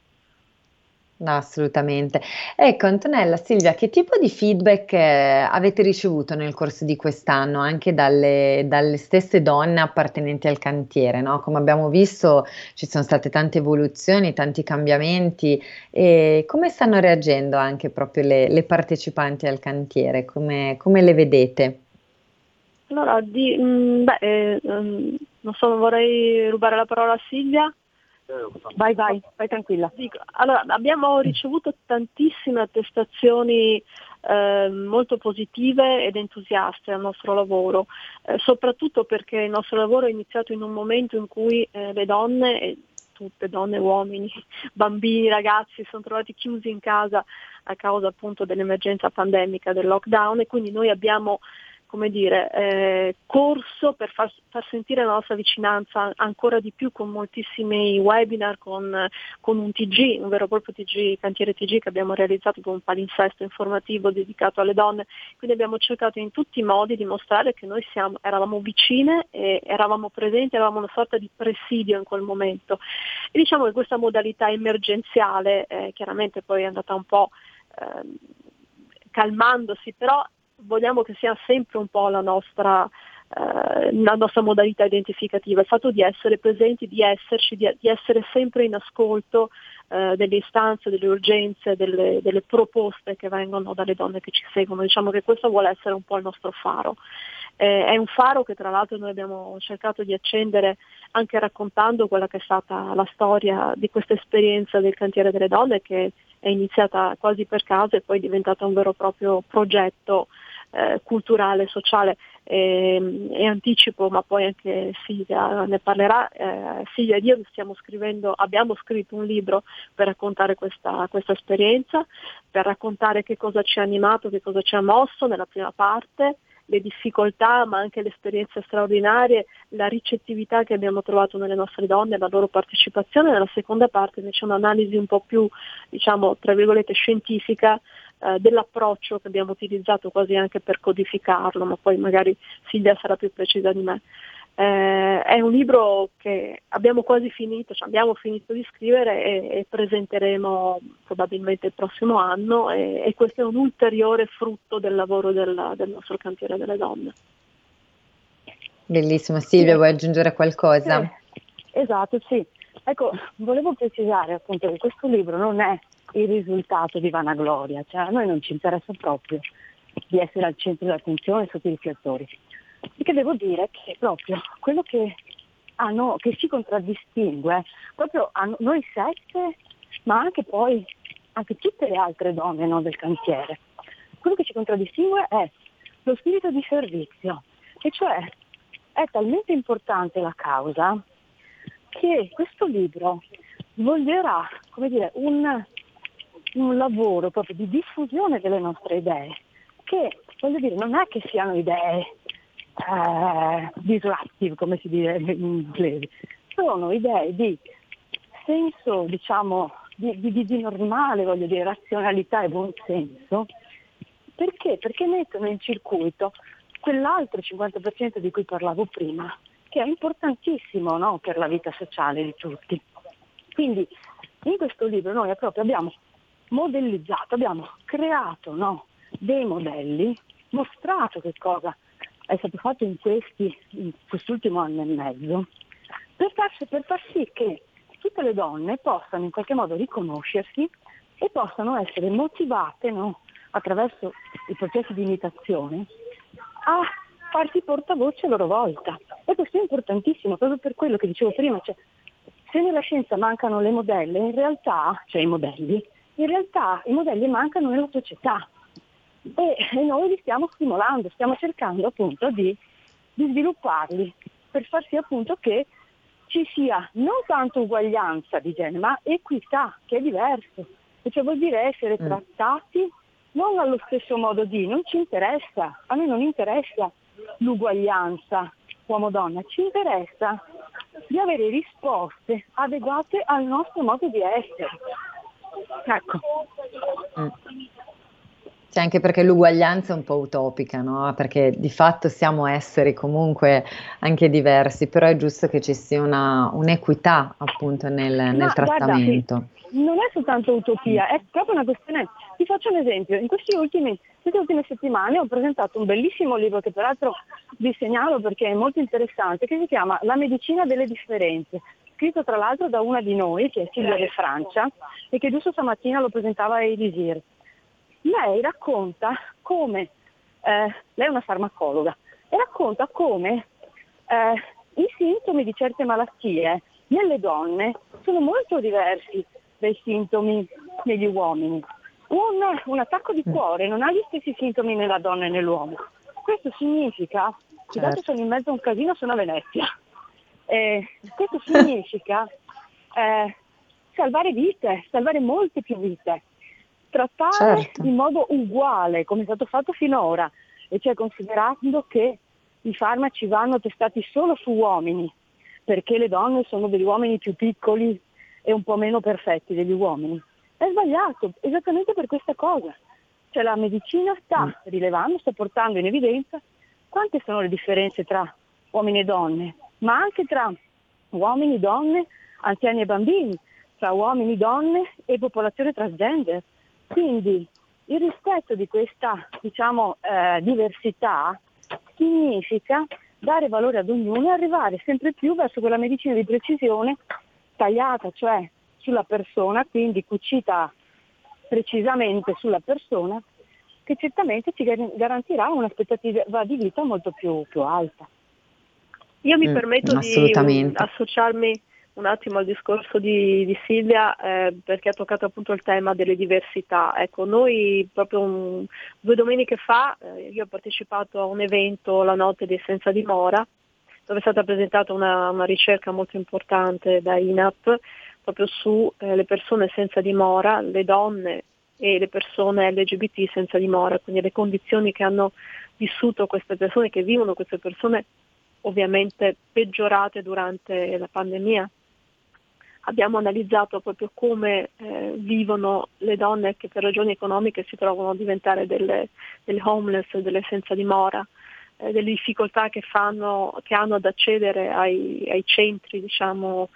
No, assolutamente. Ecco, Antonella, Silvia, che tipo di feedback avete ricevuto nel corso di quest'anno anche dalle stesse donne appartenenti al cantiere, no? Come abbiamo visto ci sono state tante evoluzioni, tanti cambiamenti e come stanno reagendo anche proprio le partecipanti al cantiere? Come le vedete? Allora, non so, vorrei rubare la parola a Silvia. Vai tranquilla. Allora, abbiamo ricevuto tantissime attestazioni molto positive ed entusiaste al nostro lavoro, soprattutto perché il nostro lavoro è iniziato in un momento in cui le donne, tutte donne, uomini, bambini, ragazzi, si sono trovati chiusi in casa a causa appunto dell'emergenza pandemica, del lockdown, e quindi noi abbiamo, come dire, corso per far sentire la nostra vicinanza ancora di più con moltissimi webinar, con un TG, un vero e proprio TG, cantiere TG che abbiamo realizzato con un palinsesto informativo dedicato alle donne. Quindi abbiamo cercato in tutti i modi di mostrare che noi eravamo vicine e eravamo presenti, eravamo una sorta di presidio in quel momento. E diciamo che questa modalità emergenziale chiaramente poi è andata un po' calmandosi, però vogliamo che sia sempre un po' la nostra modalità identificativa, il fatto di essere presenti, di esserci, di essere sempre in ascolto delle istanze, delle urgenze, delle proposte che vengono dalle donne che ci seguono. Diciamo che questo vuole essere un po' il nostro faro. È un faro che tra l'altro noi abbiamo cercato di accendere anche raccontando quella che è stata la storia di questa esperienza del cantiere delle donne, che è iniziata quasi per caso e poi è diventata un vero e proprio progetto culturale, sociale, e anticipo, ma poi anche Silvia ne parlerà. Silvia ed io abbiamo scritto un libro per raccontare questa esperienza, per raccontare che cosa ci ha animato, che cosa ci ha mosso nella prima parte, le difficoltà ma anche le esperienze straordinarie, la ricettività che abbiamo trovato nelle nostre donne, la loro partecipazione. Nella seconda parte invece un'analisi un po' più, diciamo, tra virgolette scientifica dell'approccio che abbiamo utilizzato quasi anche per codificarlo, ma poi magari Silvia sarà più precisa di me. È un libro che abbiamo quasi finito, cioè abbiamo finito di scrivere e presenteremo probabilmente il prossimo anno, e questo è un ulteriore frutto del lavoro del nostro cantiere delle donne. Bellissimo. Silvia, vuoi aggiungere qualcosa? Esatto, sì. Ecco, volevo precisare appunto che questo libro non è il risultato di vanagloria, cioè a noi non ci interessa proprio di essere al centro dell'attenzione sotto i riflettori, perché devo dire che proprio quello che ci contraddistingue, proprio a noi sette, ma anche poi anche tutte le altre donne, no, del cantiere, quello che ci contraddistingue è lo spirito di servizio, e cioè è talmente importante la causa che questo libro svolgerà, come dire, un lavoro proprio di diffusione delle nostre idee, che, voglio dire, non è che siano idee disruptive, come si dice in inglese, sono idee di senso, diciamo, di normale, voglio dire, razionalità e buonsenso. Perché? Perché mettono in circuito quell'altro 50% di cui parlavo prima, che è importantissimo, no, per la vita sociale di tutti. Quindi in questo libro noi proprio abbiamo modellizzato, abbiamo creato, no, dei modelli, mostrato che cosa è stato fatto in quest'ultimo anno e mezzo, per far sì che tutte le donne possano in qualche modo riconoscersi e possano essere motivate, no, attraverso i processi di imitazione a farsi portavoce a loro volta. E questo è importantissimo, proprio per quello che dicevo prima, cioè, se nella scienza mancano le modelle, in realtà, cioè i modelli mancano nella società e noi li stiamo stimolando, stiamo cercando appunto di svilupparli per far sì appunto che ci sia non tanto uguaglianza di genere, ma equità, che è diverso, e cioè vuol dire essere trattati non allo stesso modo non ci interessa, a noi non interessa l'uguaglianza uomo-donna, ci interessa di avere risposte adeguate al nostro modo di essere. Ecco. Sì, anche perché l'uguaglianza è un po' utopica, no? Perché di fatto siamo esseri comunque anche diversi, però è giusto che ci sia un'equità appunto nel trattamento. Guarda, sì, non è soltanto utopia, è proprio una questione. Ti faccio un esempio: in queste ultime settimane ho presentato un bellissimo libro che peraltro vi segnalo perché è molto interessante, che si chiama La medicina delle differenze, scritto tra l'altro da una di noi, che è Silvia De Francia, e che giusto stamattina lo presentava a Elisir. Lei racconta come, lei è una farmacologa, e racconta come i sintomi di certe malattie nelle donne sono molto diversi dai sintomi negli uomini. Un attacco di cuore non ha gli stessi sintomi nella donna e nell'uomo. Questo significa, scusate, sono in mezzo a un casino, sono a Venezia, questo significa salvare vite, salvare molte più vite, trattare in modo uguale come è stato fatto finora, e cioè considerando che i farmaci vanno testati solo su uomini, perché le donne sono degli uomini più piccoli e un po' meno perfetti degli uomini. È sbagliato, esattamente per questa cosa. Cioè la medicina sta rilevando, sta portando in evidenza quante sono le differenze tra uomini e donne, ma anche tra uomini, donne, anziani e bambini, tra uomini, donne e popolazione transgender. Quindi il rispetto di questa, diciamo, diversità significa dare valore ad ognuno e arrivare sempre più verso quella medicina di precisione tagliata, cioè sulla persona, quindi cucita precisamente sulla persona, che certamente ci garantirà un'aspettativa di vita molto più alta. Io mi permetto di associarmi un attimo al discorso di Silvia, perché ha toccato appunto il tema delle diversità. Ecco, noi proprio 2 domeniche fa io ho partecipato a un evento, la notte di Senza Dimora, dove è stata presentata una ricerca molto importante da INAP proprio su le persone senza dimora, le donne e le persone LGBT senza dimora, quindi le condizioni che hanno vissuto queste persone, che vivono queste persone, ovviamente peggiorate durante la pandemia. Abbiamo analizzato proprio come vivono le donne che per ragioni economiche si trovano a diventare delle homeless, delle senza dimora, delle difficoltà che hanno ad accedere ai centri, diciamo,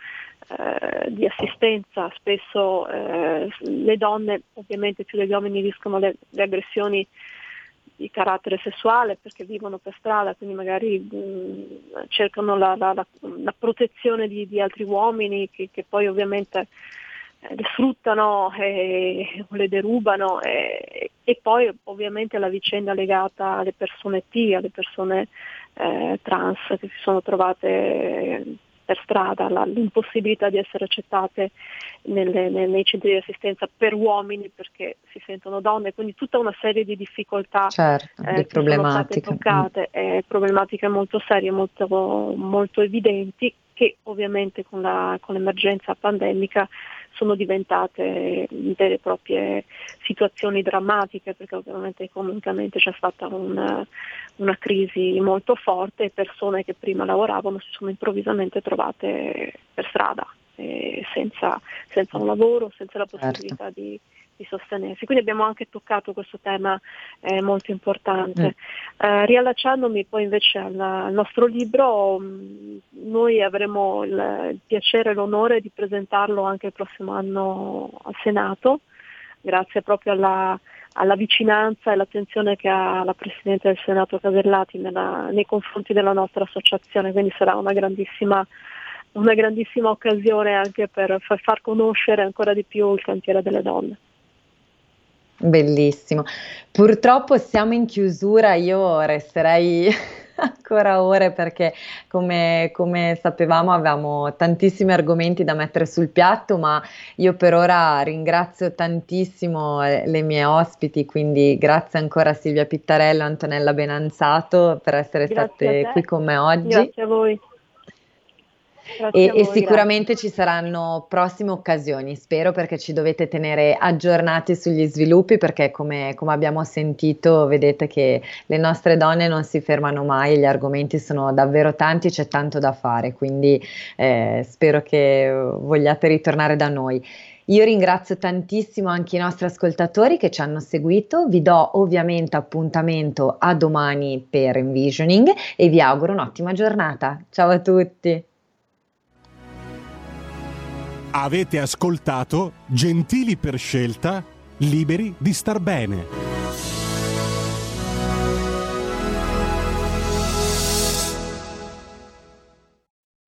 di assistenza. Spesso le donne, ovviamente più degli uomini, rischiano le aggressioni di carattere sessuale perché vivono per strada, quindi magari cercano la protezione di altri uomini che poi ovviamente le sfruttano e le derubano, e poi ovviamente la vicenda legata alle persone T, alle persone trans che si sono trovate per strada, l'impossibilità di essere accettate nei centri di assistenza per uomini perché si sentono donne, quindi tutta una serie di difficoltà di problematiche. Sono state toccate, problematiche molto serie, molto, molto evidenti, che ovviamente con l'emergenza pandemica sono diventate vere e proprie situazioni drammatiche, perché ovviamente economicamente c'è stata una crisi molto forte e persone che prima lavoravano si sono improvvisamente trovate per strada, senza un lavoro, senza la possibilità di sostenersi. Quindi abbiamo anche toccato questo tema molto importante. Riallacciandomi poi invece al nostro libro, noi avremo il piacere e l'onore di presentarlo anche il prossimo anno al Senato, grazie proprio alla vicinanza e l'attenzione che ha la Presidente del Senato Casellati nei confronti della nostra associazione, quindi sarà una grandissima occasione anche per far conoscere ancora di più il cantiere delle donne. Bellissimo. Purtroppo siamo in chiusura, io resterei ancora ore perché come sapevamo avevamo tantissimi argomenti da mettere sul piatto, ma io per ora ringrazio tantissimo le mie ospiti, quindi grazie ancora a Silvia Pittarello e Antonella Benanzato per essere state qui con me oggi. Grazie a voi. E sicuramente ci saranno prossime occasioni, spero, perché ci dovete tenere aggiornati sugli sviluppi, perché come abbiamo sentito vedete che le nostre donne non si fermano mai, gli argomenti sono davvero tanti, c'è tanto da fare, quindi spero che vogliate ritornare da noi. Io ringrazio tantissimo anche i nostri ascoltatori che ci hanno seguito, vi do ovviamente appuntamento a domani per Envisioning e vi auguro un'ottima giornata. Ciao a tutti! Avete ascoltato Gentili per scelta, liberi di star bene.